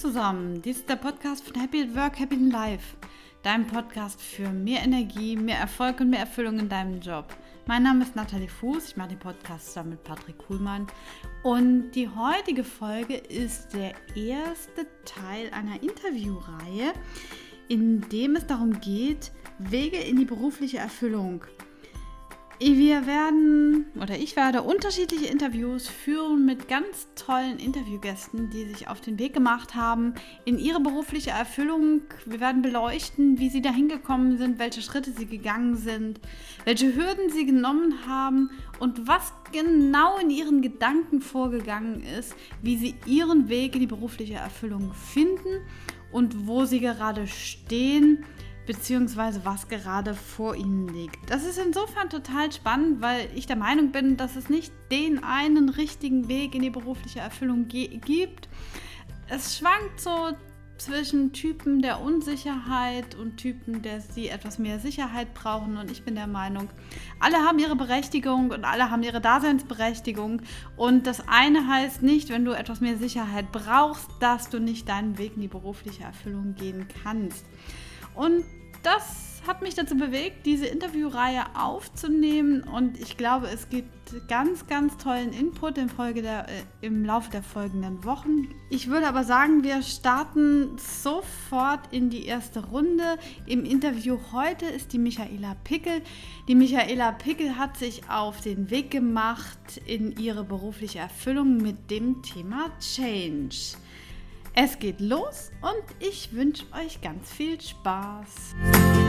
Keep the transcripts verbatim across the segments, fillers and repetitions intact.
zusammen, dies ist der Podcast von Happy at Work, Happy in Life. Dein Podcast für mehr Energie, mehr Erfolg und mehr Erfüllung in deinem Job. Mein Name ist Nathalie Fuß, ich mache den Podcast zusammen mit Patrick Kuhlmann. Und die heutige Folge ist der erste Teil einer Interviewreihe, in dem es darum geht, Wege in die berufliche Erfüllung. Wir werden, oder ich werde unterschiedliche Interviews führen mit ganz tollen Interviewgästen, die sich auf den Weg gemacht haben in ihre berufliche Erfüllung. Wir werden beleuchten, wie sie dahin gekommen sind, welche Schritte sie gegangen sind, welche Hürden sie genommen haben und was genau in ihren Gedanken vorgegangen ist, wie sie ihren Weg in die berufliche Erfüllung finden und wo sie gerade stehen, beziehungsweise was gerade vor ihnen liegt. Das ist insofern total spannend, weil ich der Meinung bin, dass es nicht den einen richtigen Weg in die berufliche Erfüllung ge- gibt. Es schwankt so zwischen Typen der Unsicherheit und Typen, der sie etwas mehr Sicherheit brauchen. Und ich bin der Meinung, alle haben ihre Berechtigung und alle haben ihre Daseinsberechtigung. Und das eine heißt nicht, wenn du etwas mehr Sicherheit brauchst, dass du nicht deinen Weg in die berufliche Erfüllung gehen kannst. Und das hat mich dazu bewegt, diese Interviewreihe aufzunehmen, und ich glaube, es gibt ganz, ganz tollen Input in Folge der, äh, im Laufe der folgenden Wochen. Ich würde aber sagen, wir starten sofort in die erste Runde. Im Interview heute ist die Michaela Pickel. Die Michaela Pickel hat sich auf den Weg gemacht in ihre berufliche Erfüllung mit dem Thema Change. Es geht los und ich wünsche euch ganz viel Spaß.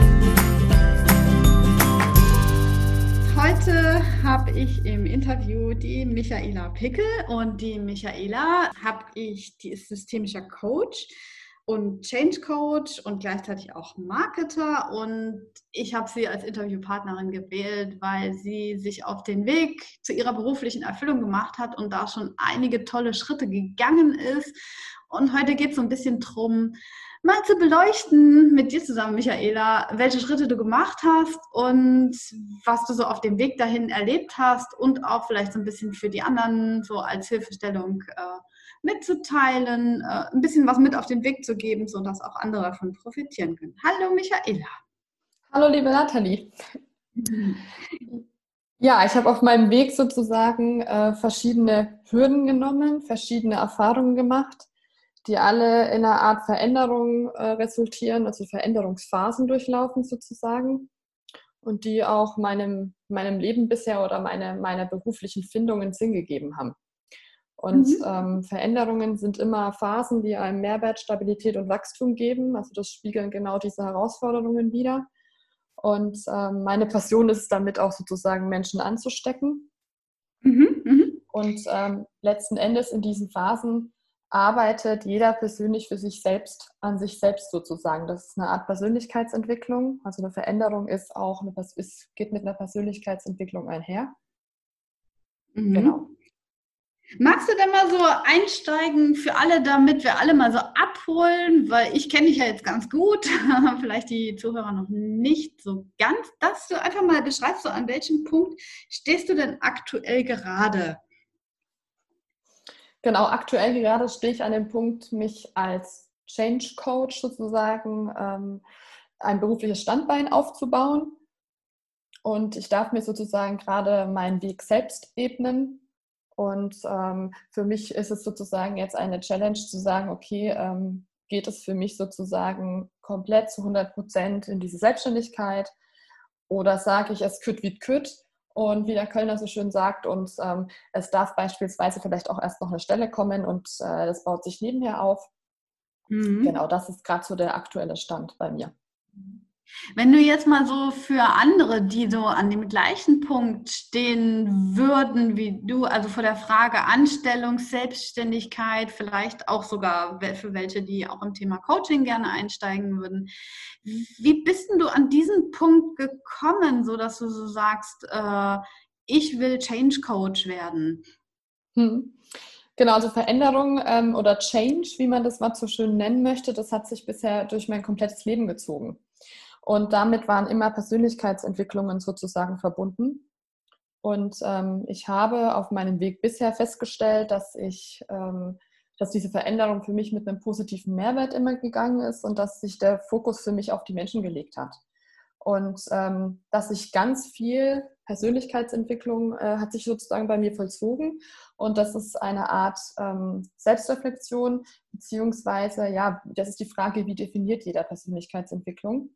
Heute habe ich im Interview die Michaela Pickel, und die Michaela habe ich, die ist systemischer Coach und Change Coach und gleichzeitig auch Marketer, und ich habe sie als Interviewpartnerin gewählt, weil sie sich auf den Weg zu ihrer beruflichen Erfüllung gemacht hat und da schon einige tolle Schritte gegangen ist. Und heute geht es so ein bisschen drum, mal zu beleuchten mit dir zusammen, Michaela, welche Schritte du gemacht hast und was du so auf dem Weg dahin erlebt hast, und auch vielleicht so ein bisschen für die anderen so als Hilfestellung äh, mitzuteilen, äh, ein bisschen was mit auf den Weg zu geben, sodass auch andere davon profitieren können. Hallo Michaela. Hallo liebe Nathalie. Ja, ich habe auf meinem Weg sozusagen äh, verschiedene Hürden genommen, verschiedene Erfahrungen gemacht, die alle in einer Art Veränderung äh, resultieren, also Veränderungsphasen durchlaufen sozusagen, und die auch meinem, meinem Leben bisher oder meine, meiner beruflichen Findung einen Sinn gegeben haben. Und mhm. ähm, Veränderungen sind immer Phasen, die einem Mehrwert, Stabilität und Wachstum geben. Also das spiegeln genau diese Herausforderungen wider. Und ähm, meine Passion ist es damit auch sozusagen, Menschen anzustecken. Mhm. Mhm. Und ähm, letzten Endes in diesen Phasen arbeitet jeder persönlich für sich selbst, an sich selbst sozusagen. Das ist eine Art Persönlichkeitsentwicklung. Also eine Veränderung ist auch eine, ist, geht mit einer Persönlichkeitsentwicklung einher. Mhm. Genau. Magst du denn mal so einsteigen für alle, damit wir alle mal so abholen, weil ich kenne dich ja jetzt ganz gut, vielleicht die Zuhörer noch nicht so ganz, dass du einfach mal beschreibst, so an welchem Punkt stehst du denn aktuell gerade? Genau, aktuell gerade stehe ich an dem Punkt, mich als Change Coach sozusagen ähm, ein berufliches Standbein aufzubauen, und ich darf mir sozusagen gerade meinen Weg selbst ebnen. Und ähm, für mich ist es sozusagen jetzt eine Challenge zu sagen, okay, ähm, geht es für mich sozusagen komplett zu hundert Prozent in diese Selbstständigkeit, oder sage ich, es kütt wie kütt, und wie der Kölner so schön sagt, und ähm, es darf beispielsweise vielleicht auch erst noch eine Stelle kommen und äh, das baut sich nebenher auf. Mhm. Genau, das ist gerade so der aktuelle Stand bei mir. Wenn du jetzt mal so für andere, die so an dem gleichen Punkt stehen würden wie du, also vor der Frage Anstellung, Selbstständigkeit, vielleicht auch sogar für welche, die auch im Thema Coaching gerne einsteigen würden, wie bist denn du an diesen Punkt gekommen, sodass du so sagst, äh, ich will Change Coach werden? Hm. Genau, also Veränderung ähm, oder Change, wie man das mal so schön nennen möchte, das hat sich bisher durch mein komplettes Leben gezogen. Und damit waren immer Persönlichkeitsentwicklungen sozusagen verbunden. Und ähm, ich habe auf meinem Weg bisher festgestellt, dass ich ähm, dass diese Veränderung für mich mit einem positiven Mehrwert immer gegangen ist und dass sich der Fokus für mich auf die Menschen gelegt hat. Und ähm, dass sich ganz viel Persönlichkeitsentwicklung äh, hat sich sozusagen bei mir vollzogen. Und das ist eine Art ähm, Selbstreflexion, beziehungsweise, ja, das ist die Frage, wie definiert jeder Persönlichkeitsentwicklung?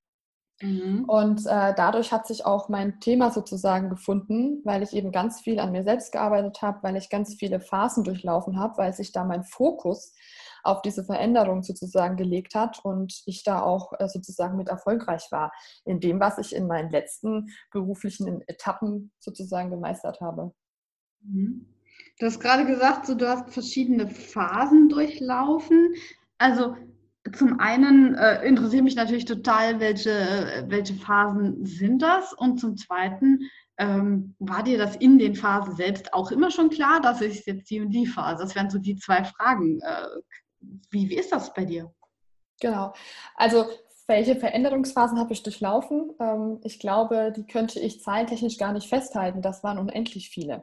Mhm. Und äh, dadurch hat sich auch mein Thema sozusagen gefunden, weil ich eben ganz viel an mir selbst gearbeitet habe, weil ich ganz viele Phasen durchlaufen habe, weil sich da mein Fokus auf diese Veränderung sozusagen gelegt hat und ich da auch äh, sozusagen mit erfolgreich war in dem, was ich in meinen letzten beruflichen Etappen sozusagen gemeistert habe. Mhm. Du hast gerade gesagt, so, du hast verschiedene Phasen durchlaufen. Also zum einen äh, interessiert mich natürlich total, welche, welche Phasen sind das? Und zum Zweiten, ähm, war dir das in den Phasen selbst auch immer schon klar, dass es jetzt die und die Phase? Das wären so die zwei Fragen. Äh, wie, wie ist das bei dir? Genau. Also welche Veränderungsphasen habe ich durchlaufen? Ähm, ich glaube, die könnte ich zahlentechnisch gar nicht festhalten. Das waren unendlich viele.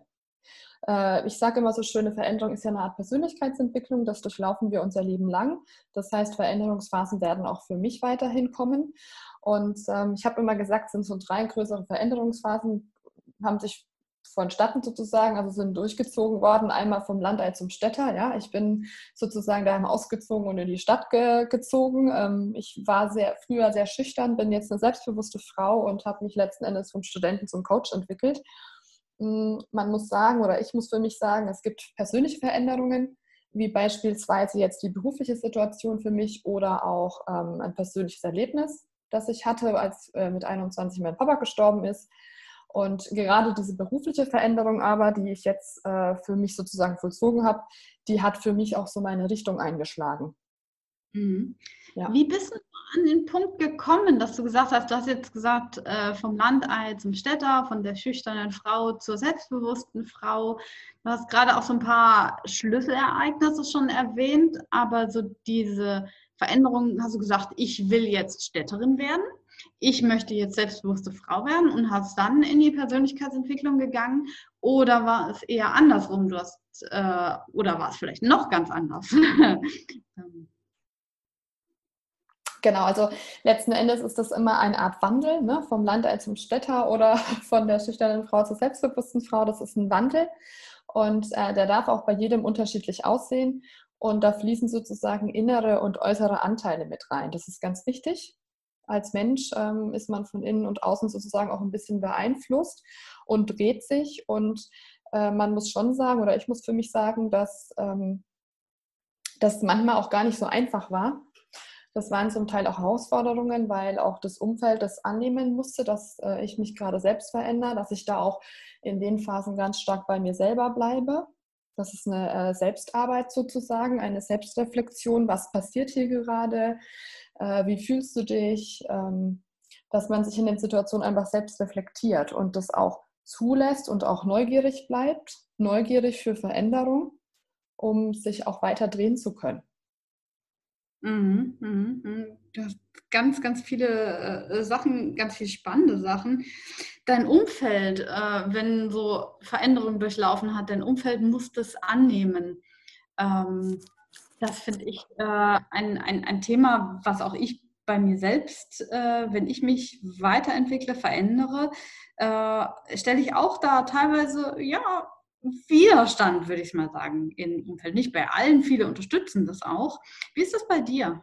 Ich sage immer so, schöne Veränderung ist ja eine Art Persönlichkeitsentwicklung, das durchlaufen wir unser Leben lang. Das heißt, Veränderungsphasen werden auch für mich weiterhin kommen. Und ähm, ich habe immer gesagt, es sind so drei größere Veränderungsphasen, haben sich vonstatten sozusagen, also sind durchgezogen worden, einmal vom Landei zum Städter. Ja, ich bin sozusagen daheim ausgezogen und in die Stadt ge gezogen. Ähm, ich war sehr früher sehr schüchtern, bin jetzt eine selbstbewusste Frau und habe mich letzten Endes vom Studenten zum Coach entwickelt. Man muss sagen, oder ich muss für mich sagen, es gibt persönliche Veränderungen, wie beispielsweise jetzt die berufliche Situation für mich oder auch ähm, ein persönliches Erlebnis, das ich hatte, als äh, mit einundzwanzig mein Papa gestorben ist. Und gerade diese berufliche Veränderung aber, die ich jetzt äh, für mich sozusagen vollzogen habe, die hat für mich auch so meine Richtung eingeschlagen. Mhm. Ja. Wie bist du an den Punkt gekommen, dass du gesagt hast, du hast jetzt gesagt, äh, vom Landei zum Städter, von der schüchternen Frau zur selbstbewussten Frau. Du hast gerade auch so ein paar Schlüsselereignisse schon erwähnt, aber so diese Veränderung, hast du gesagt, ich will jetzt Städterin werden, ich möchte jetzt selbstbewusste Frau werden und hast dann in die Persönlichkeitsentwicklung gegangen, oder war es eher andersrum? Du hast, äh, oder war es vielleicht noch ganz anders? Genau, also letzten Endes ist das immer eine Art Wandel, ne? Vom Landei zum Städter oder von der schüchternen Frau zur selbstbewussten Frau. Das ist ein Wandel und äh, der darf auch bei jedem unterschiedlich aussehen und da fließen sozusagen innere und äußere Anteile mit rein. Das ist ganz wichtig. Als Mensch ähm, ist man von innen und außen sozusagen auch ein bisschen beeinflusst und dreht sich und äh, man muss schon sagen, oder ich muss für mich sagen, dass ähm, das manchmal auch gar nicht so einfach war. Das waren zum Teil auch Herausforderungen, weil auch das Umfeld das annehmen musste, dass äh, ich mich gerade selbst verändere, dass ich da auch in den Phasen ganz stark bei mir selber bleibe. Das ist eine äh, Selbstarbeit sozusagen, eine Selbstreflexion. Was passiert hier gerade? Äh, wie fühlst du dich? Ähm, dass man sich in den Situationen einfach selbst reflektiert und das auch zulässt und auch neugierig bleibt, neugierig für Veränderung, um sich auch weiter drehen zu können. Mhm, mhm, mhm. Du hast ganz, ganz viele äh, Sachen, ganz viele spannende Sachen. Dein Umfeld, äh, wenn so Veränderungen durchlaufen hat, dein Umfeld muss das annehmen. Ähm, das finde ich äh, ein, ein, ein Thema, was auch ich bei mir selbst, äh, wenn ich mich weiterentwickle, verändere, äh, stelle ich auch da teilweise, ja, Widerstand, würde ich mal sagen, im Umfeld. Nicht bei allen, viele unterstützen das auch. Wie ist das bei dir?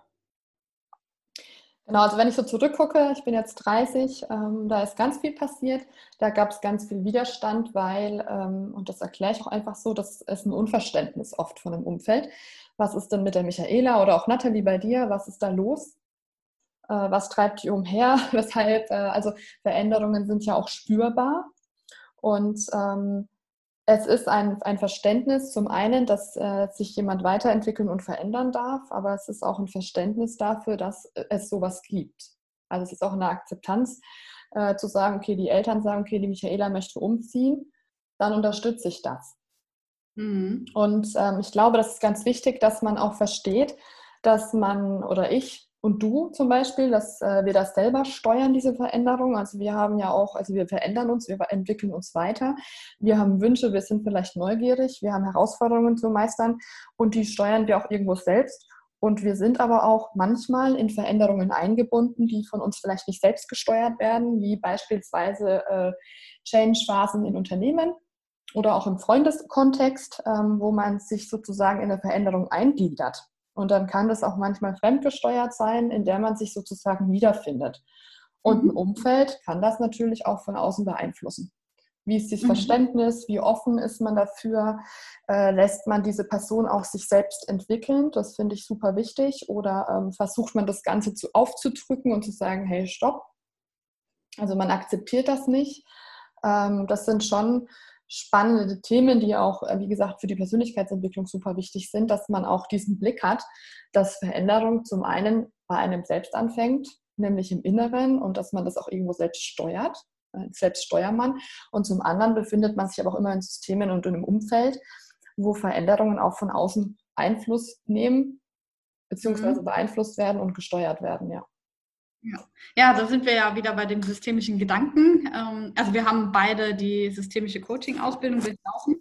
Genau, also wenn ich so zurückgucke, ich bin jetzt dreißig, ähm, da ist ganz viel passiert. Da gab es ganz viel Widerstand, weil, ähm, und das erkläre ich auch einfach so, das ist ein Unverständnis oft von dem Umfeld. Was ist denn mit der Michaela oder auch Nathalie bei dir? Was ist da los? Äh, was treibt die umher? Weshalb, äh, also Veränderungen sind ja auch spürbar. Und ähm, es ist ein, ein Verständnis zum einen, dass äh, sich jemand weiterentwickeln und verändern darf, aber es ist auch ein Verständnis dafür, dass es sowas gibt. Also es ist auch eine Akzeptanz, äh, zu sagen, okay, die Eltern sagen, okay, die Michaela möchte umziehen, dann unterstütze ich das. Mhm. Und ähm, ich glaube, das ist ganz wichtig, dass man auch versteht, dass man oder ich und du zum Beispiel, dass äh, wir das selber steuern, diese Veränderung. Also wir haben ja auch, also wir verändern uns, wir entwickeln uns weiter. Wir haben Wünsche, wir sind vielleicht neugierig, wir haben Herausforderungen zu meistern und die steuern wir auch irgendwo selbst. Und wir sind aber auch manchmal in Veränderungen eingebunden, die von uns vielleicht nicht selbst gesteuert werden, wie beispielsweise äh, Change-Phasen in Unternehmen oder auch im Freundeskontext, ähm, wo man sich sozusagen in eine Veränderung eingliedert. Und dann kann das auch manchmal fremdgesteuert sein, in der man sich sozusagen wiederfindet. Und ein Mhm. Umfeld kann das natürlich auch von außen beeinflussen. Wie ist das Mhm. Verständnis? Wie offen ist man dafür? Äh, lässt man diese Person auch sich selbst entwickeln? Das finde ich super wichtig. Oder ähm, versucht man das Ganze zu, aufzudrücken und zu sagen, hey, stopp. Also man akzeptiert das nicht. Ähm, das sind schon spannende Themen, die auch, wie gesagt, für die Persönlichkeitsentwicklung super wichtig sind, dass man auch diesen Blick hat, dass Veränderung zum einen bei einem selbst anfängt, nämlich im Inneren, und dass man das auch irgendwo selbst steuert, selbst Steuermann. Und zum anderen befindet man sich aber auch immer in Systemen und in einem Umfeld, wo Veränderungen auch von außen Einfluss nehmen, beziehungsweise Mhm. beeinflusst werden und gesteuert werden, ja. Ja. Ja, da sind wir ja wieder bei dem systemischen Gedanken. Ähm, also wir haben beide die systemische Coaching-Ausbildung durchlaufen.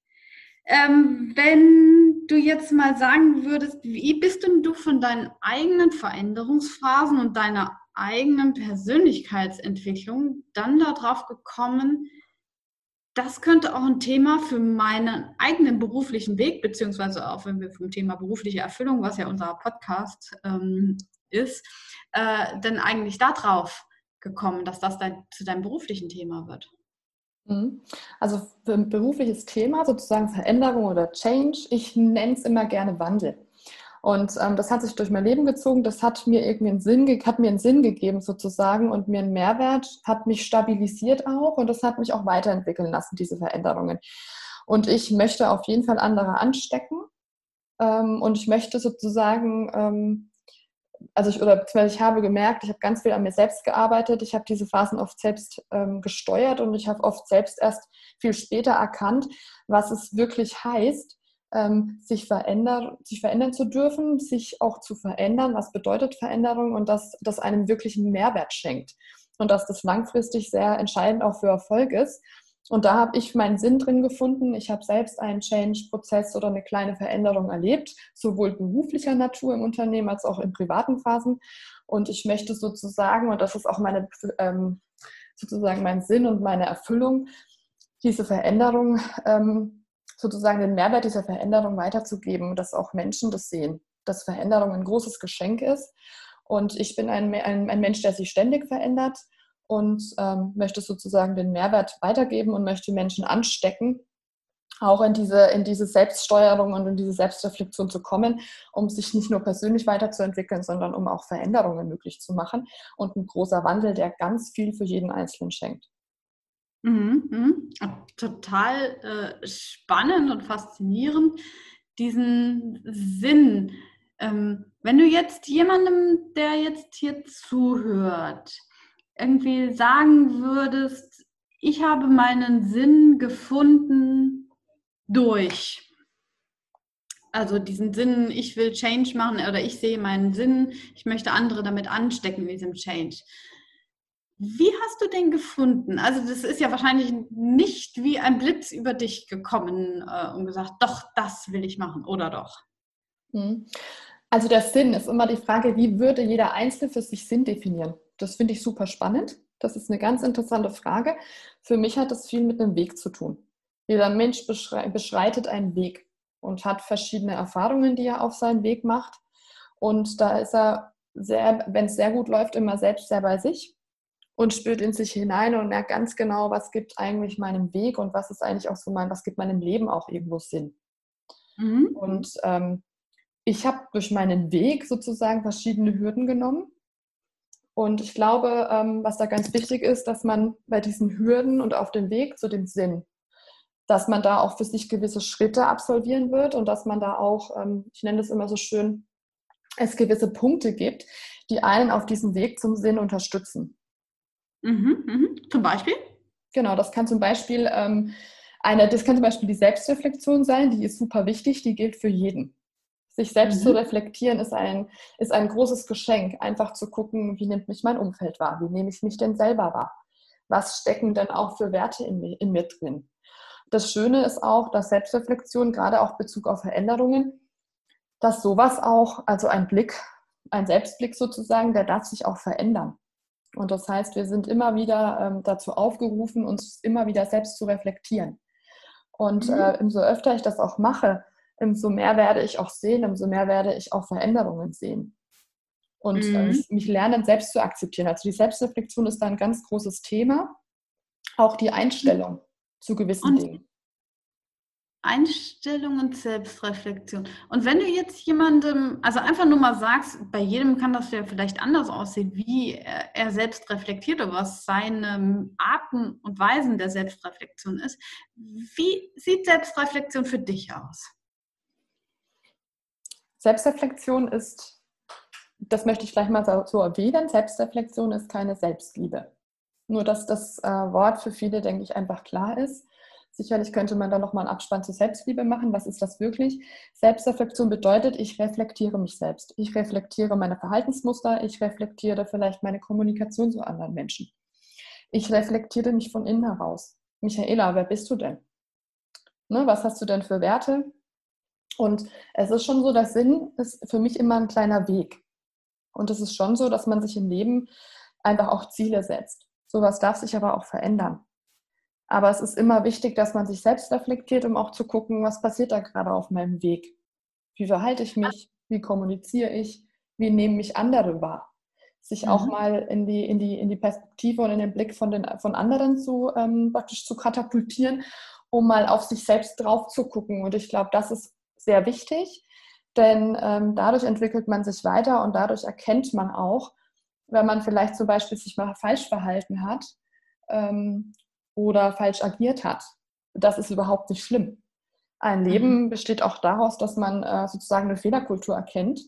Ähm, wenn du jetzt mal sagen würdest, wie bist denn du von deinen eigenen Veränderungsphasen und deiner eigenen Persönlichkeitsentwicklung dann darauf gekommen, das könnte auch ein Thema für meinen eigenen beruflichen Weg, beziehungsweise auch wenn wir vom Thema berufliche Erfüllung, was ja unser Podcast ähm, ist, äh, denn eigentlich darauf gekommen, dass das dein, zu deinem beruflichen Thema wird? Mhm. Also für ein berufliches Thema, sozusagen Veränderung oder Change, ich nenne es immer gerne Wandel. Und ähm, das hat sich durch mein Leben gezogen, das hat mir irgendwie einen Sinn, hat mir einen Sinn gegeben sozusagen und mir einen Mehrwert, hat mich stabilisiert auch und das hat mich auch weiterentwickeln lassen, diese Veränderungen. Und ich möchte auf jeden Fall andere anstecken ähm, und ich möchte sozusagen ähm, also ich, oder beziehungsweise ich habe gemerkt, ich habe ganz viel an mir selbst gearbeitet, ich habe diese Phasen oft selbst ähm, gesteuert und ich habe oft selbst erst viel später erkannt, was es wirklich heißt, ähm, sich, verändern, sich verändern zu dürfen, sich auch zu verändern, was bedeutet Veränderung und dass das einem wirklich einen Mehrwert schenkt und dass das langfristig sehr entscheidend auch für Erfolg ist. Und da habe ich meinen Sinn drin gefunden. Ich habe selbst einen Change-Prozess oder eine kleine Veränderung erlebt, sowohl beruflicher Natur im Unternehmen als auch in privaten Phasen. Und ich möchte sozusagen, und das ist auch meine, ähm, sozusagen mein Sinn und meine Erfüllung, diese Veränderung, ähm, sozusagen den Mehrwert dieser Veränderung weiterzugeben und dass auch Menschen das sehen, dass Veränderung ein großes Geschenk ist. Und ich bin ein, ein, ein Mensch, der sich ständig verändert und ähm, möchte sozusagen den Mehrwert weitergeben und möchte Menschen anstecken, auch in diese, in diese Selbststeuerung und in diese Selbstreflexion zu kommen, um sich nicht nur persönlich weiterzuentwickeln, sondern um auch Veränderungen möglich zu machen und ein großer Wandel, der ganz viel für jeden Einzelnen schenkt. Mhm, mhm. Total äh, spannend und faszinierend, diesen Sinn. Ähm, wenn du jetzt jemandem, der jetzt hier zuhört, irgendwie sagen würdest, ich habe meinen Sinn gefunden durch, also diesen Sinn, ich will Change machen oder ich sehe meinen Sinn, ich möchte andere damit anstecken in diesem Change. Wie hast du den gefunden? Also das ist ja wahrscheinlich nicht wie ein Blitz über dich gekommen äh, und gesagt, doch, das will ich machen oder doch. Also der Sinn ist immer die Frage, wie würde jeder Einzelne für sich Sinn definieren? Das finde ich super spannend. Das ist eine ganz interessante Frage. Für mich hat das viel mit einem Weg zu tun. Jeder Mensch beschreitet einen Weg und hat verschiedene Erfahrungen, die er auf seinen Weg macht. Und da ist er, sehr, wenn es sehr gut läuft, immer selbst sehr bei sich und spürt in sich hinein und merkt ganz genau, was gibt eigentlich meinem Weg und was ist eigentlich auch so mein, was gibt meinem Leben auch irgendwo Sinn. Mhm. Und ähm, ich habe durch meinen Weg sozusagen verschiedene Hürden genommen. Und ich glaube, ähm, was da ganz wichtig ist, dass man bei diesen Hürden und auf dem Weg zu dem Sinn, dass man da auch für sich gewisse Schritte absolvieren wird und dass man da auch, ähm, ich nenne das immer so schön, es gewisse Punkte gibt, die einen auf diesem Weg zum Sinn unterstützen. Mhm, mhm. Zum Beispiel? Genau, das kann zum Beispiel ähm, eine, das kann zum Beispiel die Selbstreflexion sein, die ist super wichtig, die gilt für jeden. Sich selbst zu Mhm. reflektieren ist ein, ist ein großes Geschenk. Einfach zu gucken, wie nimmt mich mein Umfeld wahr? Wie nehme ich mich denn selber wahr? Was stecken denn auch für Werte in mir, in mir drin? Das Schöne ist auch, dass Selbstreflexion, gerade auch in Bezug auf Veränderungen, dass sowas auch, also ein Blick, ein Selbstblick sozusagen, der darf sich auch verändern. Und das heißt, wir sind immer wieder ähm, dazu aufgerufen, uns immer wieder selbst zu reflektieren. Und Mhm. äh, umso öfter ich das auch mache, umso mehr werde ich auch sehen, umso mehr werde ich auch Veränderungen sehen. Und äh, Mhm. mich lernen, selbst zu akzeptieren. Also die Selbstreflexion ist da ein ganz großes Thema. Auch die Einstellung zu gewissen Und Dingen. Einstellung und Selbstreflexion. Und wenn du jetzt jemandem, also einfach nur mal sagst, bei jedem kann das ja vielleicht anders aussehen, wie er, er selbst reflektiert oder was seine Arten und Weisen der Selbstreflexion ist. Wie sieht Selbstreflexion für dich aus? Selbstreflexion ist, das möchte ich gleich mal so, so erwähnen, Selbstreflexion ist keine Selbstliebe. Nur, dass das äh, Wort für viele, denke ich, einfach klar ist. Sicherlich könnte man da nochmal einen Abspann zur Selbstliebe machen. Was ist das wirklich? Selbstreflexion bedeutet, ich reflektiere mich selbst. Ich reflektiere meine Verhaltensmuster. Ich reflektiere vielleicht meine Kommunikation zu anderen Menschen. Ich reflektiere mich von innen heraus. Michaela, wer bist du denn? Ne, was hast du denn für Werte? Und es ist schon so, der Sinn ist für mich immer ein kleiner Weg. Und es ist schon so, dass man sich im Leben einfach auch Ziele setzt. Sowas darf sich aber auch verändern. Aber es ist immer wichtig, dass man sich selbst reflektiert, um auch zu gucken, was passiert da gerade auf meinem Weg. Wie verhalte ich mich? Wie kommuniziere ich? Wie nehmen mich andere wahr? Sich auch Mhm. mal in die, in die, in die Perspektive und in den Blick von, den, von anderen zu, ähm, praktisch zu katapultieren, um mal auf sich selbst drauf zu gucken. Und ich glaube, das ist sehr wichtig, denn ähm, dadurch entwickelt man sich weiter und dadurch erkennt man auch, wenn man vielleicht zum Beispiel sich mal falsch verhalten hat ähm, oder falsch agiert hat. Das ist überhaupt nicht schlimm. Ein Mhm. Leben besteht auch daraus, dass man äh, sozusagen eine Fehlerkultur erkennt.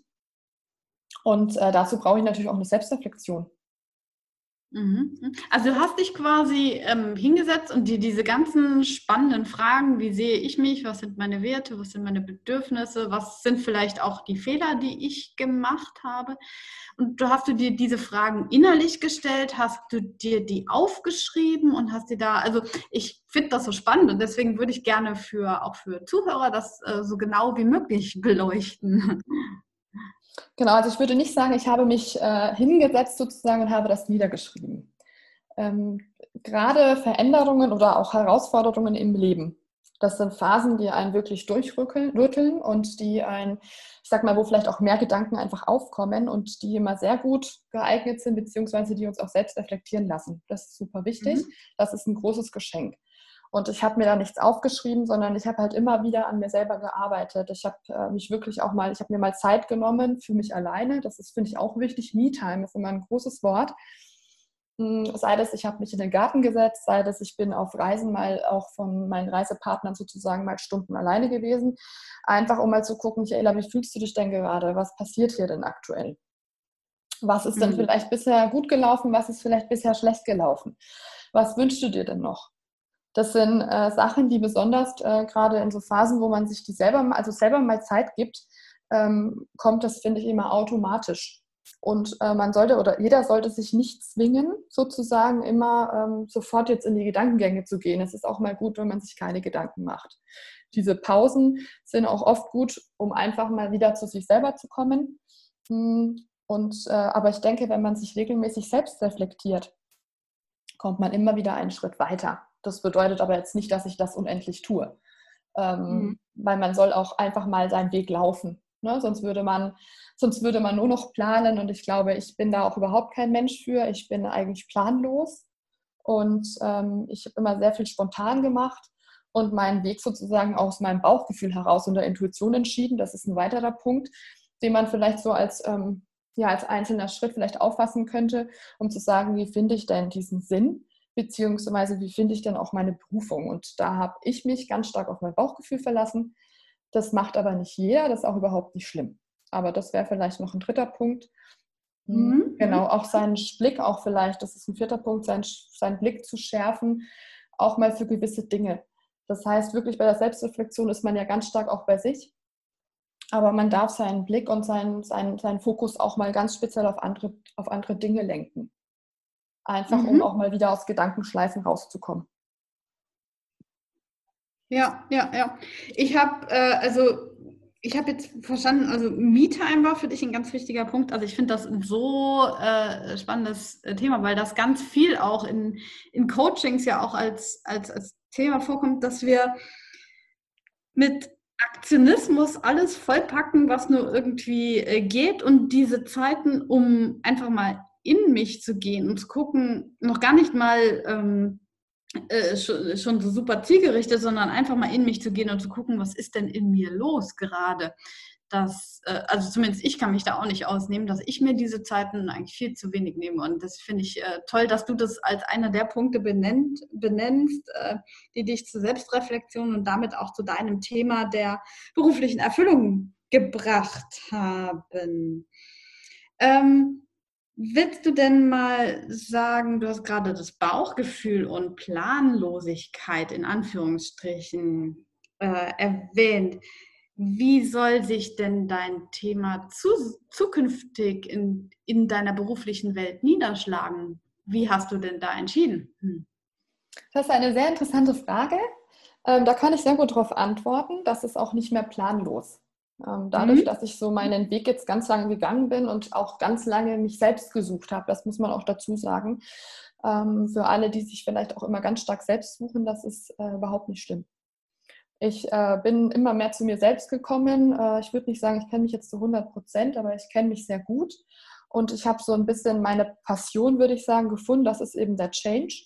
Und äh, dazu brauche ich natürlich auch eine Selbstreflexion. Mhm. Also du hast dich quasi ähm, hingesetzt und dir diese ganzen spannenden Fragen, wie sehe ich mich, was sind meine Werte, was sind meine Bedürfnisse, was sind vielleicht auch die Fehler, die ich gemacht habe. Und du hast du dir diese Fragen innerlich gestellt, hast du dir die aufgeschrieben und hast dir da, also ich finde das so spannend und deswegen würde ich gerne für auch für Zuhörer das äh, so genau wie möglich beleuchten. Genau, also ich würde nicht sagen, ich habe mich äh, hingesetzt sozusagen und habe das niedergeschrieben. Ähm, Gerade Veränderungen oder auch Herausforderungen im Leben, das sind Phasen, die einen wirklich durchrütteln und die ein, ich sag mal, wo vielleicht auch mehr Gedanken einfach aufkommen und die immer sehr gut geeignet sind, beziehungsweise die uns auch selbst reflektieren lassen. Das ist super wichtig. Mhm. Das ist ein großes Geschenk. Und ich habe mir da nichts aufgeschrieben, sondern ich habe halt immer wieder an mir selber gearbeitet. Ich habe äh, mich wirklich auch mal, ich habe mir mal Zeit genommen für mich alleine. Das ist, finde ich, auch wichtig. Me-Time ist immer ein großes Wort. Sei das, ich habe mich in den Garten gesetzt, sei das, ich bin auf Reisen mal auch von meinen Reisepartnern sozusagen mal Stunden alleine gewesen. Einfach um mal zu gucken, Michaela, wie fühlst du dich denn gerade? Was passiert hier denn aktuell? Was ist denn Mhm. vielleicht bisher gut gelaufen? Was ist vielleicht bisher schlecht gelaufen? Was wünschst du dir denn noch? Das sind äh, Sachen, die besonders äh, gerade in so Phasen, wo man sich die selber, also selber mal Zeit gibt, ähm, kommt das, finde ich, immer automatisch. Und äh, man sollte oder jeder sollte sich nicht zwingen, sozusagen immer ähm, sofort jetzt in die Gedankengänge zu gehen. Es ist auch mal gut, wenn man sich keine Gedanken macht. Diese Pausen sind auch oft gut, um einfach mal wieder zu sich selber zu kommen. Und, äh, aber ich denke, wenn man sich regelmäßig selbst reflektiert, kommt man immer wieder einen Schritt weiter. Das bedeutet aber jetzt nicht, dass ich das unendlich tue, Mhm. ähm, weil man soll auch einfach mal seinen Weg laufen. Ne? Sonst würde man, sonst würde man nur noch planen und ich glaube, ich bin da auch überhaupt kein Mensch für. Ich bin eigentlich planlos und ähm, ich habe immer sehr viel spontan gemacht und meinen Weg sozusagen aus meinem Bauchgefühl heraus und der Intuition entschieden. Das ist ein weiterer Punkt, den man vielleicht so als, ähm, ja, als einzelner Schritt vielleicht auffassen könnte, um zu sagen, wie finde ich denn diesen Sinn, beziehungsweise wie finde ich denn auch meine Berufung. Und da habe ich mich ganz stark auf mein Bauchgefühl verlassen. Das macht aber nicht jeder, das ist auch überhaupt nicht schlimm. Aber das wäre vielleicht noch ein dritter Punkt. Mhm. Genau, auch seinen Blick, auch vielleicht, das ist ein vierter Punkt, seinen, seinen Blick zu schärfen, auch mal für gewisse Dinge. Das heißt, wirklich bei der Selbstreflexion ist man ja ganz stark auch bei sich Aber man darf seinen Blick und seinen, seinen, seinen Fokus auch mal ganz speziell auf andere, auf andere Dinge lenken. Einfach, um Mhm. auch mal wieder aus Gedankenschleifen rauszukommen. Ja, ja, ja. Ich habe, äh, also ich habe jetzt verstanden, also Me-Time war für dich ein ganz wichtiger Punkt. Also ich finde das ein so äh, spannendes äh, Thema, weil das ganz viel auch in, in Coachings ja auch als, als, als Thema vorkommt, dass wir mit Aktionismus alles vollpacken, was nur irgendwie äh, geht und diese Zeiten, um einfach mal in mich zu gehen und zu gucken, noch gar nicht mal ähm, äh, schon, schon so super zielgerichtet, sondern einfach mal in mich zu gehen und zu gucken, was ist denn in mir los gerade. Das, äh, also zumindest ich kann mich da auch nicht ausnehmen, dass ich mir diese Zeiten eigentlich viel zu wenig nehme. Und das finde ich äh, toll, dass du das als einer der Punkte benennt, benennst, äh, die dich zur Selbstreflexion und damit auch zu deinem Thema der beruflichen Erfüllung gebracht haben. Ähm, Willst du denn mal sagen, du hast gerade das Bauchgefühl und Planlosigkeit in Anführungsstrichen äh, erwähnt. Wie soll sich denn dein Thema zu, zukünftig in, in deiner beruflichen Welt niederschlagen? Wie hast du denn da entschieden? Hm. Das ist eine sehr interessante Frage. Ähm, da kann ich sehr gut darauf antworten. Das ist auch nicht mehr planlos. Ähm, dadurch, Mhm. dass ich so meinen Weg jetzt ganz lange gegangen bin und auch ganz lange mich selbst gesucht habe, das muss man auch dazu sagen. Ähm, für alle, die sich vielleicht auch immer ganz stark selbst suchen, das ist äh, überhaupt nicht schlimm. Ich äh, bin immer mehr zu mir selbst gekommen. Äh, ich würde nicht sagen, ich kenne mich jetzt zu hundert Prozent, aber ich kenne mich sehr gut. Und ich habe so ein bisschen meine Passion, würde ich sagen, gefunden. Das ist eben der Change.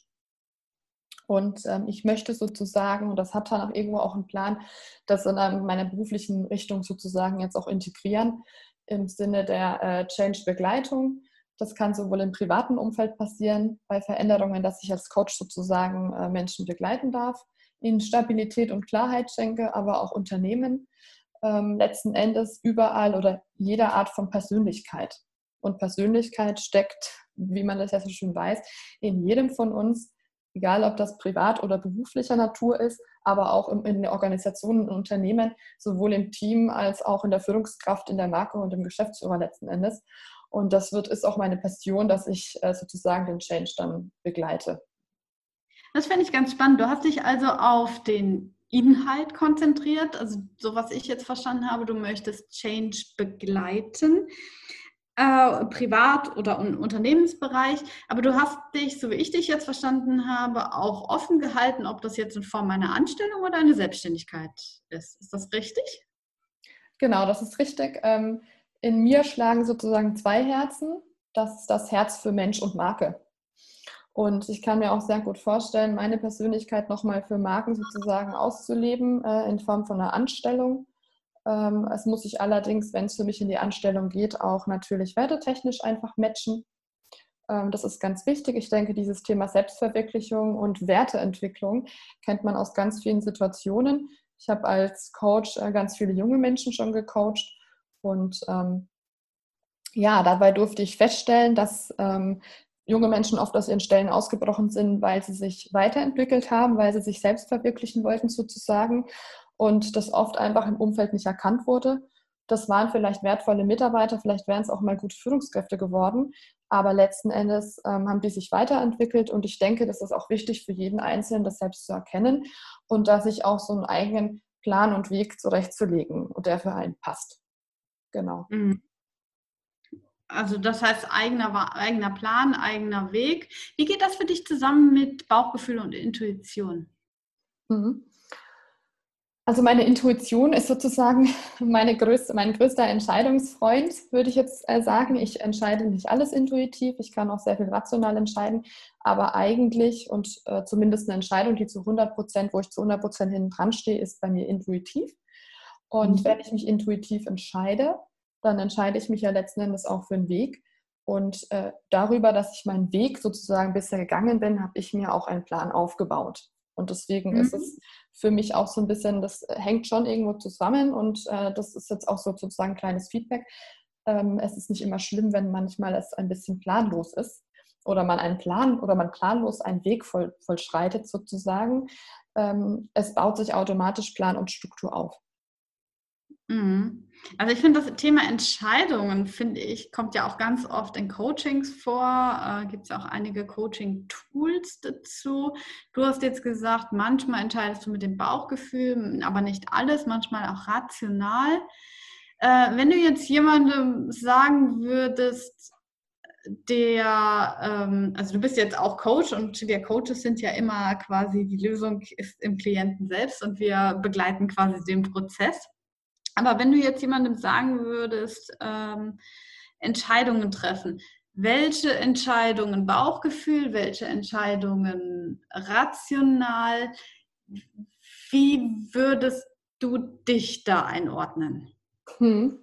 Und ähm, ich möchte sozusagen, und das hat dann auch irgendwo auch einen Plan, das in einem, meiner beruflichen Richtung sozusagen jetzt auch integrieren, im Sinne der äh, Change-Begleitung. Das kann sowohl im privaten Umfeld passieren, bei Veränderungen, dass ich als Coach sozusagen äh, Menschen begleiten darf, ihnen Stabilität und Klarheit schenke, aber auch Unternehmen. Ähm, letzten Endes überall oder jeder Art von Persönlichkeit. Und Persönlichkeit steckt, wie man das ja so schön weiß, in jedem von uns, egal ob das privat oder beruflicher Natur ist, aber auch in den Organisationen und Unternehmen, sowohl im Team als auch in der Führungskraft, in der Marke und im Geschäftsführer letzten Endes. Und das wird, ist auch meine Passion, dass ich äh, sozusagen den Change dann begleite. Das finde ich ganz spannend. Du hast dich also auf den Inhalt konzentriert, also so was ich jetzt verstanden habe, du möchtest Change begleiten. Äh, privat oder im Unternehmensbereich. Aber du hast dich, so wie ich dich jetzt verstanden habe, auch offen gehalten, ob das jetzt in Form einer Anstellung oder eine Selbstständigkeit ist. Ist das richtig? Genau, das ist richtig. Ähm, in mir schlagen sozusagen zwei Herzen. Das ist das Herz für Mensch und Marke. Und ich kann mir auch sehr gut vorstellen, meine Persönlichkeit nochmal für Marken sozusagen auszuleben, äh, in Form von einer Anstellung. Ähm, es muss sich allerdings, wenn es für mich in die Anstellung geht, auch natürlich wertetechnisch einfach matchen. Ähm, das ist ganz wichtig. Ich denke, dieses Thema Selbstverwirklichung und Werteentwicklung kennt man aus ganz vielen Situationen. Ich habe als Coach äh, ganz viele junge Menschen schon gecoacht und ähm, ja, dabei durfte ich feststellen, dass ähm, junge Menschen oft aus ihren Stellen ausgebrochen sind, weil sie sich weiterentwickelt haben, weil sie sich selbst verwirklichen wollten sozusagen und das oft einfach im Umfeld nicht erkannt wurde. Das waren vielleicht wertvolle Mitarbeiter, vielleicht wären es auch mal gute Führungskräfte geworden, aber letzten Endes ähm, haben die sich weiterentwickelt und ich denke, das ist auch wichtig für jeden Einzelnen, das selbst zu erkennen und da sich auch so einen eigenen Plan und Weg zurechtzulegen und der für einen passt. Genau. Mhm. Also das heißt eigener, eigener Plan, eigener Weg. Wie geht das für dich zusammen mit Bauchgefühl und Intuition? Mhm. Also meine Intuition ist sozusagen meine größte, mein größter Entscheidungsfreund, würde ich jetzt äh, sagen. Ich entscheide nicht alles intuitiv, ich kann auch sehr viel rational entscheiden, aber eigentlich und äh, zumindest eine Entscheidung, die zu hundert Prozent, wo ich zu hundert Prozent hinten dran stehe, ist bei mir intuitiv. Und wenn Mhm. ich mich intuitiv entscheide, dann entscheide ich mich ja letzten Endes auch für einen Weg. Und äh, darüber, dass ich meinen Weg sozusagen bisher gegangen bin, habe ich mir auch einen Plan aufgebaut. Und deswegen ist Mhm. es für mich auch so ein bisschen, das hängt schon irgendwo zusammen und äh, das ist jetzt auch so sozusagen ein kleines Feedback. Ähm, es ist nicht immer schlimm, wenn manchmal es ein bisschen planlos ist oder man einen Plan oder man planlos einen Weg voll, vollschreitet sozusagen. Ähm, es baut sich automatisch Plan und Struktur auf. Mhm. Also ich finde das Thema Entscheidungen, finde ich, kommt ja auch ganz oft in Coachings vor. Äh, gibt es ja auch einige Coaching-Tools dazu. Du hast jetzt gesagt, manchmal entscheidest du mit dem Bauchgefühl, aber nicht alles, manchmal auch rational. Äh, wenn du jetzt jemandem sagen würdest, der, ähm, also du bist jetzt auch Coach und wir Coaches sind ja immer quasi, die Lösung ist im Klienten selbst und wir begleiten quasi den Prozess. Aber wenn du jetzt jemandem sagen würdest, ähm, Entscheidungen treffen, welche Entscheidungen Bauchgefühl, welche Entscheidungen rational, wie würdest du dich da einordnen? Hm.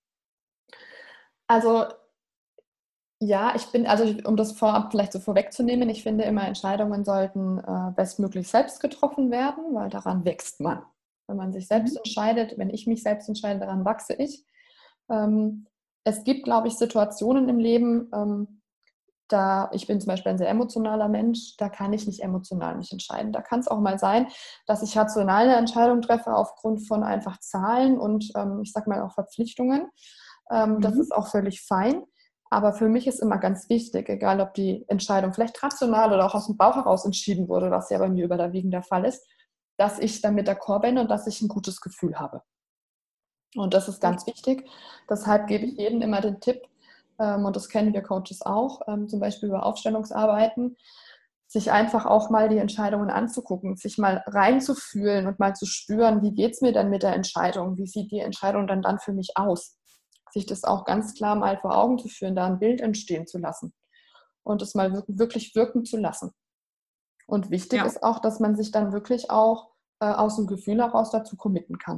Also ja, ich bin, also um das vorab vielleicht so vorwegzunehmen, ich finde immer, Entscheidungen sollten äh, bestmöglich selbst getroffen werden, weil daran wächst man. Wenn man sich selbst Mhm. entscheidet, wenn ich mich selbst entscheide, daran wachse ich. Ähm, es gibt, glaube ich, Situationen im Leben, ähm, da ich bin zum Beispiel ein sehr emotionaler Mensch, da kann ich nicht emotional mich entscheiden. Da kann es auch mal sein, dass ich rational eine Entscheidung treffe aufgrund von einfach Zahlen und ähm, ich sage mal auch Verpflichtungen. Ähm, das Mhm. ist auch völlig fein. Aber für mich ist immer ganz wichtig, egal ob die Entscheidung vielleicht rational oder auch aus dem Bauch heraus entschieden wurde, was ja bei mir überwiegend der Fall ist, dass ich damit d'accord bin und dass ich ein gutes Gefühl habe. Und das ist ganz wichtig. Deshalb gebe ich jedem immer den Tipp, ähm, und das kennen wir Coaches auch, ähm, zum Beispiel über Aufstellungsarbeiten, sich einfach auch mal die Entscheidungen anzugucken, sich mal reinzufühlen und mal zu spüren, wie geht es mir denn mit der Entscheidung, wie sieht die Entscheidung dann dann für mich aus. Sich das auch ganz klar mal vor Augen zu führen, da ein Bild entstehen zu lassen und es mal wirklich wirken zu lassen. Und wichtig Ja. ist auch, dass man sich dann wirklich auch äh, aus dem Gefühl heraus dazu committen kann.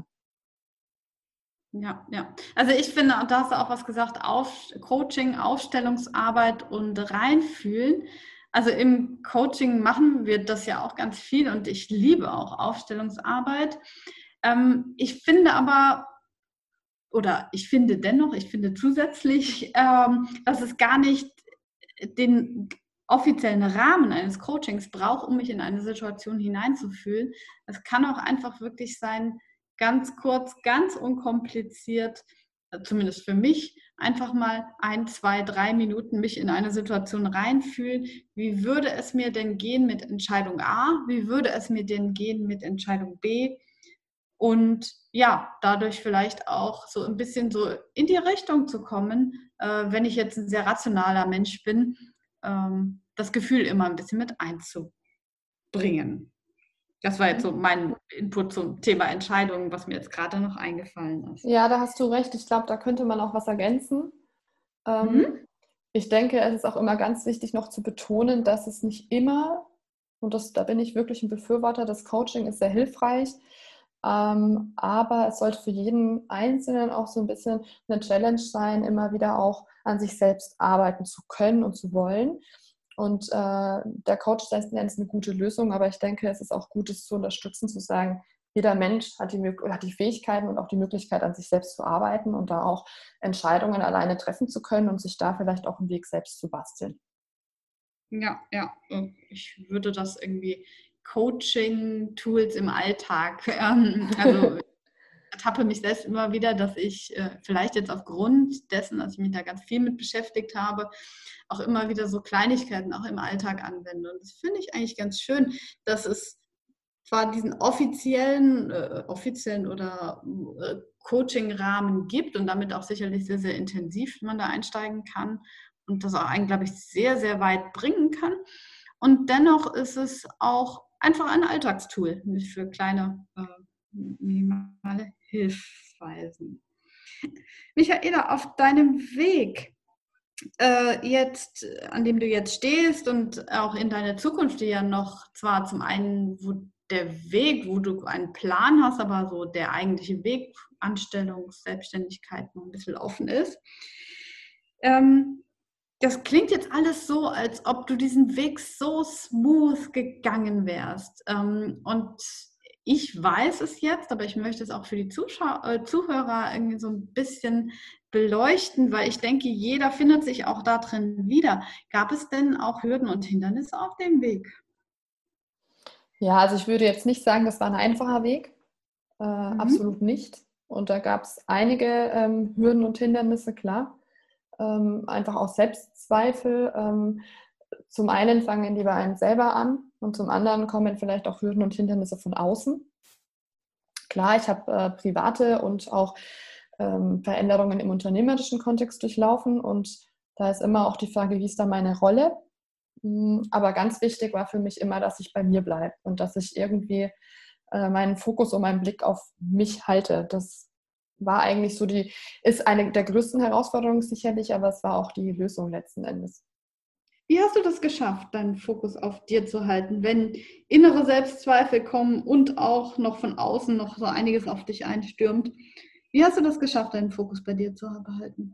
Ja, ja. Also ich finde, da hast du auch was gesagt, auf Coaching, Aufstellungsarbeit und reinfühlen. Also im Coaching machen wir das ja auch ganz viel und ich liebe auch Aufstellungsarbeit. Ähm, ich finde aber, oder ich finde dennoch, ich finde zusätzlich, ähm, dass es gar nicht den offiziellen Rahmen eines Coachings brauche, um mich in eine Situation hineinzufühlen. Es kann auch einfach wirklich sein, ganz kurz, ganz unkompliziert, zumindest für mich, einfach mal ein, zwei, drei Minuten mich in eine Situation reinfühlen. Wie würde es mir denn gehen mit Entscheidung A? Wie würde es mir denn gehen mit Entscheidung B? Und ja, dadurch vielleicht auch so ein bisschen so in die Richtung zu kommen, äh, wenn ich jetzt ein sehr rationaler Mensch bin, ähm, das Gefühl immer ein bisschen mit einzubringen. Das war jetzt so mein Input zum Thema Entscheidungen, was mir jetzt gerade noch eingefallen ist. Ja, da hast du recht. Ich glaube, da könnte man auch was ergänzen. Ähm, Mhm. ich denke, es ist auch immer ganz wichtig, noch zu betonen, dass es nicht immer, und das, da bin ich wirklich ein Befürworter, das Coaching ist sehr hilfreich, ähm, aber es sollte für jeden Einzelnen auch so ein bisschen eine Challenge sein, immer wieder auch an sich selbst arbeiten zu können und zu wollen. Und äh, der Coach selbst nennt es eine gute Lösung, aber ich denke, es ist auch gut, es zu unterstützen, zu sagen, jeder Mensch hat die, hat die Fähigkeiten und auch die Möglichkeit, an sich selbst zu arbeiten und da auch Entscheidungen alleine treffen zu können und sich da vielleicht auch einen Weg selbst zu basteln. Ja, ja. Ich würde das irgendwie Coaching-Tools im Alltag, ähm, also ertappe mich selbst immer wieder, dass ich äh, vielleicht jetzt aufgrund dessen, dass ich mich da ganz viel mit beschäftigt habe, auch immer wieder so Kleinigkeiten auch im Alltag anwende. Und das finde ich eigentlich ganz schön, dass es zwar diesen offiziellen, äh, offiziellen oder äh, Coaching-Rahmen gibt und damit auch sicherlich sehr, sehr intensiv man da einsteigen kann und das auch einen, glaube ich, sehr, sehr weit bringen kann. Und dennoch ist es auch einfach ein Alltagstool für kleine äh, minimale Hilfsweisen. Michaela, auf deinem Weg, äh, jetzt, an dem du jetzt stehst und auch in deiner Zukunft, die ja noch zwar zum einen, wo der Weg, wo du einen Plan hast, aber so der eigentliche Weg, Anstellung, Selbstständigkeit noch ein bisschen offen ist. Ähm, das klingt jetzt alles so, als ob du diesen Weg so smooth gegangen wärst. Ähm, und ich weiß es jetzt, aber ich möchte es auch für die Zuschauer, äh, Zuhörer irgendwie so ein bisschen beleuchten, weil ich denke, jeder findet sich auch da drin wieder. Gab es denn auch Hürden und Hindernisse auf dem Weg? Ja, also ich würde jetzt nicht sagen, das war ein einfacher Weg, äh, Mhm. absolut nicht. Und da gab es einige ähm, Hürden und Hindernisse, klar. Ähm, einfach auch Selbstzweifel. Ähm, zum einen fangen die bei einem selber an und zum anderen kommen vielleicht auch Hürden und Hindernisse von außen. Klar, ich habe äh, private und auch ähm, Veränderungen im unternehmerischen Kontext durchlaufen und da ist immer auch die Frage, wie ist da meine Rolle? Aber ganz wichtig war für mich immer, dass ich bei mir bleibe und dass ich irgendwie äh, meinen Fokus und meinen Blick auf mich halte. Das war eigentlich so die, ist eine der größten Herausforderungen sicherlich, aber es war auch die Lösung letzten Endes. Wie hast du das geschafft, deinen Fokus auf dir zu halten, wenn innere Selbstzweifel kommen und auch noch von außen noch so einiges auf dich einstürmt? Wie hast du das geschafft, deinen Fokus bei dir zu behalten?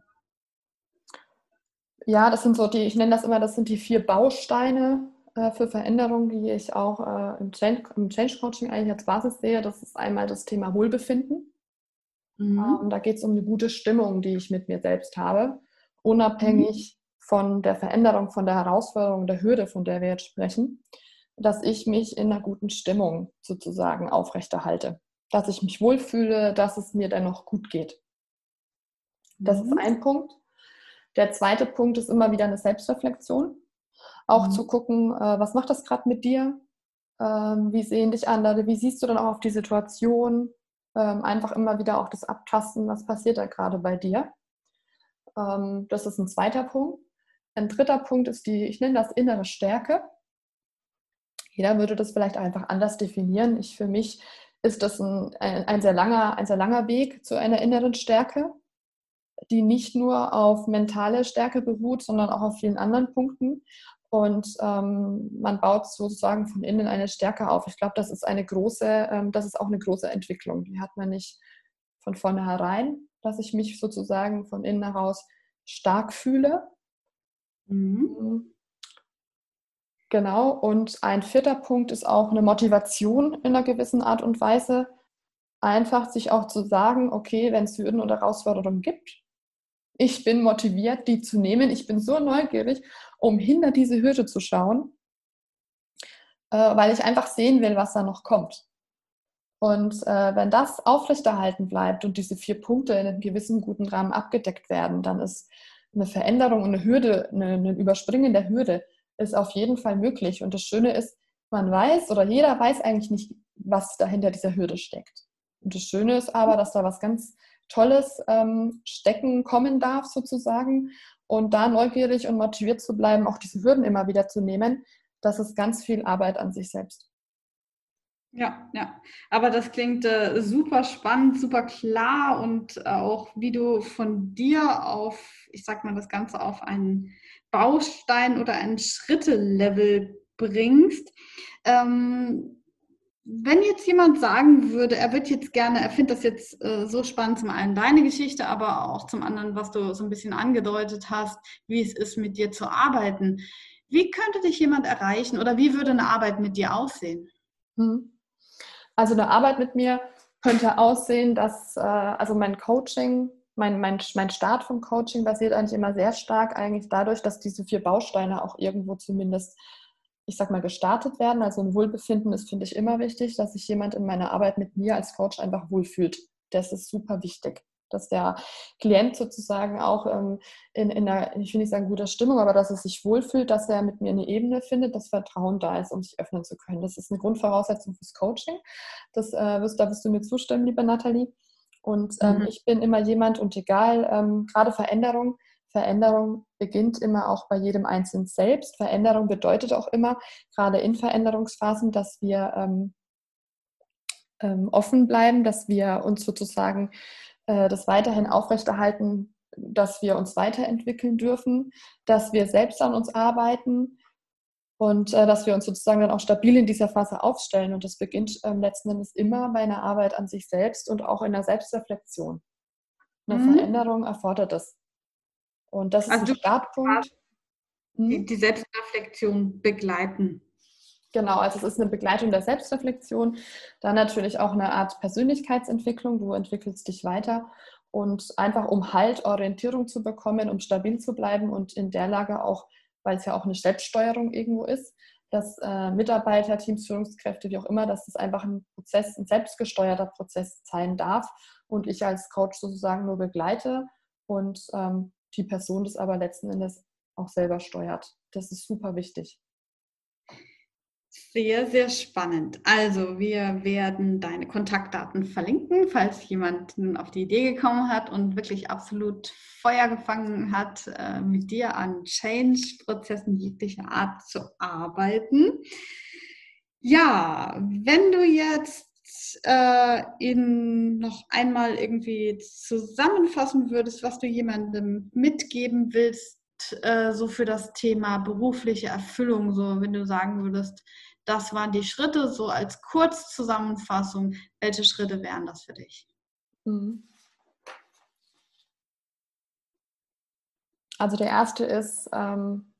Ja, das sind so die, ich nenne das immer, das sind die vier Bausteine äh, für Veränderung, die ich auch äh, im Change, im Change Coaching eigentlich als Basis sehe. Das ist einmal das Thema Wohlbefinden. Ähm, Mhm. da geht es um eine gute Stimmung, die ich mit mir selbst habe, Mhm. unabhängig von der Veränderung, von der Herausforderung, der Hürde, von der wir jetzt sprechen, dass ich mich in einer guten Stimmung sozusagen aufrechterhalte, dass ich mich wohlfühle, dass es mir dennoch gut geht. Das ist Mhm. ein Punkt. Der zweite Punkt ist immer wieder eine Selbstreflexion. Auch zu Mhm. gucken, äh, was macht das gerade mit dir? Ähm, wie sehen dich andere? Wie siehst du dann auch auf die Situation? Ähm, einfach immer wieder auch das Abtasten, was passiert da gerade bei dir? Ähm, das ist ein zweiter Punkt. Ein dritter Punkt ist die, ich nenne das innere Stärke. Jeder würde das vielleicht einfach anders definieren. Ich, für mich ist das ein, ein, ein, sehr langer, ein sehr langer Weg zu einer inneren Stärke, die nicht nur auf mentale Stärke beruht, sondern auch auf vielen anderen Punkten. Und ähm, man baut sozusagen von innen eine Stärke auf. Ich glaube, das ist eine große, ähm, das ist auch eine große Entwicklung. Die hat man nicht von vornherein, dass ich mich sozusagen von innen heraus stark fühle. Mhm. Genau. Und ein vierter Punkt ist auch eine Motivation in einer gewissen Art und Weise. Einfach sich auch zu sagen, okay, wenn es Hürden oder Herausforderungen gibt, ich bin motiviert, die zu nehmen. Ich bin so neugierig, um hinter diese Hürde zu schauen, äh, weil ich einfach sehen will, was da noch kommt. Und äh, wenn das aufrechterhalten bleibt und diese vier Punkte in einem gewissen guten Rahmen abgedeckt werden, dann ist eine Veränderung und eine Hürde, eine, ein Überspringen der Hürde ist auf jeden Fall möglich. Und das Schöne ist, man weiß oder jeder weiß eigentlich nicht, was dahinter dieser Hürde steckt. Und das Schöne ist aber, dass da was ganz Tolles ähm, stecken kommen darf sozusagen und da neugierig und motiviert zu bleiben, auch diese Hürden immer wieder zu nehmen, das ist ganz viel Arbeit an sich selbst. Ja, ja. Aber das klingt äh, super spannend, super klar und auch wie du von dir auf, ich sag mal, das Ganze auf einen Baustein oder ein Schritte-Level bringst. Ähm, wenn jetzt jemand sagen würde, er wird jetzt gerne, er findet das jetzt äh, so spannend, zum einen deine Geschichte, aber auch zum anderen, was du so ein bisschen angedeutet hast, wie es ist, mit dir zu arbeiten. Wie könnte dich jemand erreichen oder wie würde eine Arbeit mit dir aussehen? Hm. Also eine Arbeit mit mir könnte aussehen, dass äh, also mein Coaching, mein, mein, mein Start vom Coaching basiert eigentlich immer sehr stark eigentlich dadurch, dass diese vier Bausteine auch irgendwo zumindest, ich sag mal, gestartet werden. Also ein Wohlbefinden ist, finde ich, immer wichtig, dass sich jemand in meiner Arbeit mit mir als Coach einfach wohlfühlt. Das ist super wichtig, dass der Klient sozusagen auch ähm, in, in einer, ich will nicht sagen guter Stimmung, aber dass er sich wohlfühlt, dass er mit mir eine Ebene findet, dass Vertrauen da ist, um sich öffnen zu können. Das ist eine Grundvoraussetzung fürs Coaching. Das, äh, wirst, da wirst du mir zustimmen, liebe Nathalie. Und ähm, Mhm. ich bin immer jemand und egal, ähm, gerade Veränderung, Veränderung beginnt immer auch bei jedem Einzelnen selbst. Veränderung bedeutet auch immer, gerade in Veränderungsphasen, dass wir ähm, ähm, offen bleiben, dass wir uns sozusagen äh, das weiterhin aufrechterhalten, dass wir uns weiterentwickeln dürfen, dass wir selbst an uns arbeiten und äh, dass wir uns sozusagen dann auch stabil in dieser Phase aufstellen. Und das beginnt ähm, letzten Endes immer bei einer Arbeit an sich selbst und auch in der Selbstreflexion. Eine Mhm. Veränderung erfordert das. Und das ist Also ein du Startpunkt. die, Hm? die Selbstreflexion begleiten. Genau, also es ist eine Begleitung der Selbstreflexion, dann natürlich auch eine Art Persönlichkeitsentwicklung, du entwickelst dich weiter und einfach um Halt, Orientierung zu bekommen, um stabil zu bleiben und in der Lage auch, weil es ja auch eine Selbststeuerung irgendwo ist, dass äh, Mitarbeiter, Teams, Führungskräfte, wie auch immer, dass das einfach ein Prozess, ein selbstgesteuerter Prozess sein darf und ich als Coach sozusagen nur begleite und ähm, die Person das aber letzten Endes auch selber steuert. Das ist super wichtig. Sehr, sehr spannend. Also wir werden deine Kontaktdaten verlinken, falls jemand nun auf die Idee gekommen hat und wirklich absolut Feuer gefangen hat, äh, mit dir an Change-Prozessen jeglicher Art zu arbeiten. Ja, wenn du jetzt äh, in noch einmal irgendwie zusammenfassen würdest, was du jemandem mitgeben willst, äh, so für das Thema berufliche Erfüllung, so wenn du sagen würdest, das waren die Schritte, so als Kurzzusammenfassung, welche Schritte wären das für dich? Also der erste ist, ähm,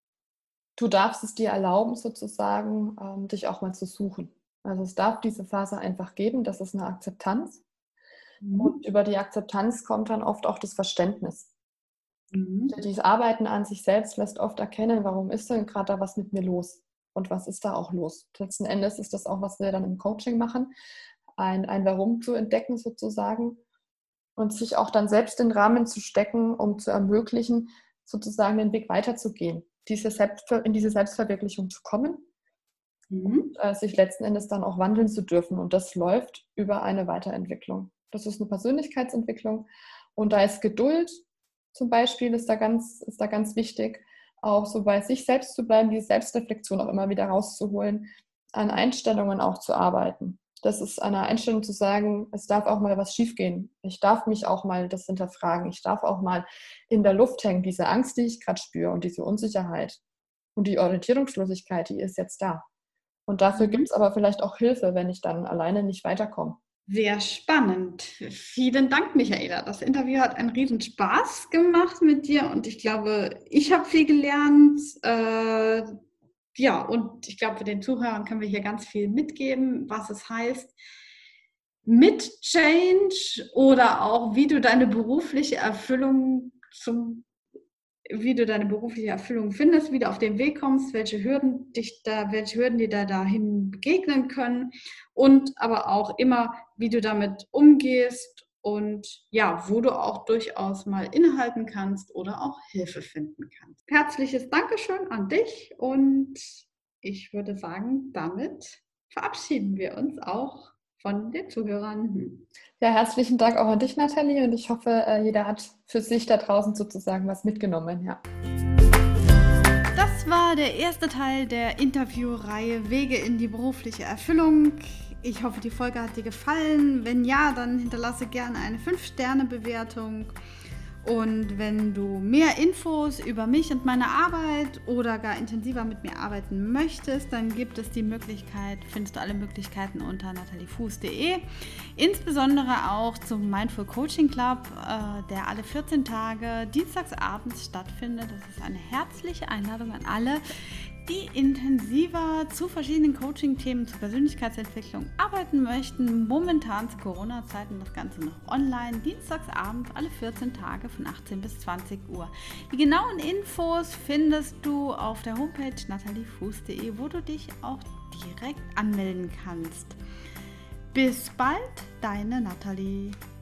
du darfst es dir erlauben, sozusagen, ähm, dich auch mal zu suchen. Also es darf diese Phase einfach geben, das ist eine Akzeptanz. Mhm. Und über die Akzeptanz kommt dann oft auch das Verständnis. Mhm. Dieses Arbeiten an sich selbst lässt oft erkennen, warum ist denn gerade da was mit mir los? Und was ist da auch los? Letzten Endes ist das auch, was wir dann im Coaching machen, ein, ein Warum zu entdecken sozusagen und sich auch dann selbst den Rahmen zu stecken, um zu ermöglichen, sozusagen den Weg weiterzugehen, diese Selbstver- in diese Selbstverwirklichung zu kommen mhm. und äh, sich letzten Endes dann auch wandeln zu dürfen. Und das läuft über eine Weiterentwicklung. Das ist eine Persönlichkeitsentwicklung und da ist Geduld zum Beispiel, ist da ganz, ist da ganz wichtig, auch so bei sich selbst zu bleiben, die Selbstreflexion auch immer wieder rauszuholen, an Einstellungen auch zu arbeiten. Das ist eine Einstellung zu sagen, es darf auch mal was schiefgehen. Ich darf mich auch mal das hinterfragen. Ich darf auch mal in der Luft hängen, diese Angst, die ich gerade spüre und diese Unsicherheit und die Orientierungslosigkeit, die ist jetzt da. Und dafür mhm. gibt es aber vielleicht auch Hilfe, wenn ich dann alleine nicht weiterkomme. Sehr spannend. Vielen Dank, Michaela. Das Interview hat einen riesen Spaß gemacht mit dir und ich glaube, ich habe viel gelernt. Äh, ja, und ich glaube, für den Zuhörern können wir hier ganz viel mitgeben, was es heißt, mit Change oder auch wie du deine berufliche Erfüllung zum wie du deine berufliche Erfüllung findest, wie du auf den Weg kommst, welche Hürden dich da, welche Hürden dir da dahin begegnen können und aber auch immer, wie du damit umgehst und ja, wo du auch durchaus mal innehalten kannst oder auch Hilfe finden kannst. Herzliches Dankeschön an dich und ich würde sagen, damit verabschieden wir uns auch von den Zuhörern. Ja, herzlichen Dank auch an dich, Nathalie, und ich hoffe, jeder hat für sich da draußen sozusagen was mitgenommen. Ja. Das war der erste Teil der Interviewreihe Wege in die berufliche Erfüllung. Ich hoffe, die Folge hat dir gefallen. Wenn ja, dann hinterlasse gerne eine fünf Sterne Bewertung. Und wenn du mehr Infos über mich und meine Arbeit oder gar intensiver mit mir arbeiten möchtest, dann gibt es die Möglichkeit, findest du alle Möglichkeiten unter nathalie fuß punkt de. Insbesondere auch zum Mindful Coaching Club, der alle vierzehn Tage dienstags abends stattfindet. Das ist eine herzliche Einladung an alle, die intensiver zu verschiedenen Coaching-Themen zur Persönlichkeitsentwicklung arbeiten möchten. Momentan zu Corona-Zeiten das Ganze noch online, dienstagsabend alle vierzehn Tage von achtzehn bis zwanzig Uhr. Die genauen Infos findest du auf der Homepage nathalie fuß punkt de, wo du dich auch direkt anmelden kannst. Bis bald, deine Nathalie.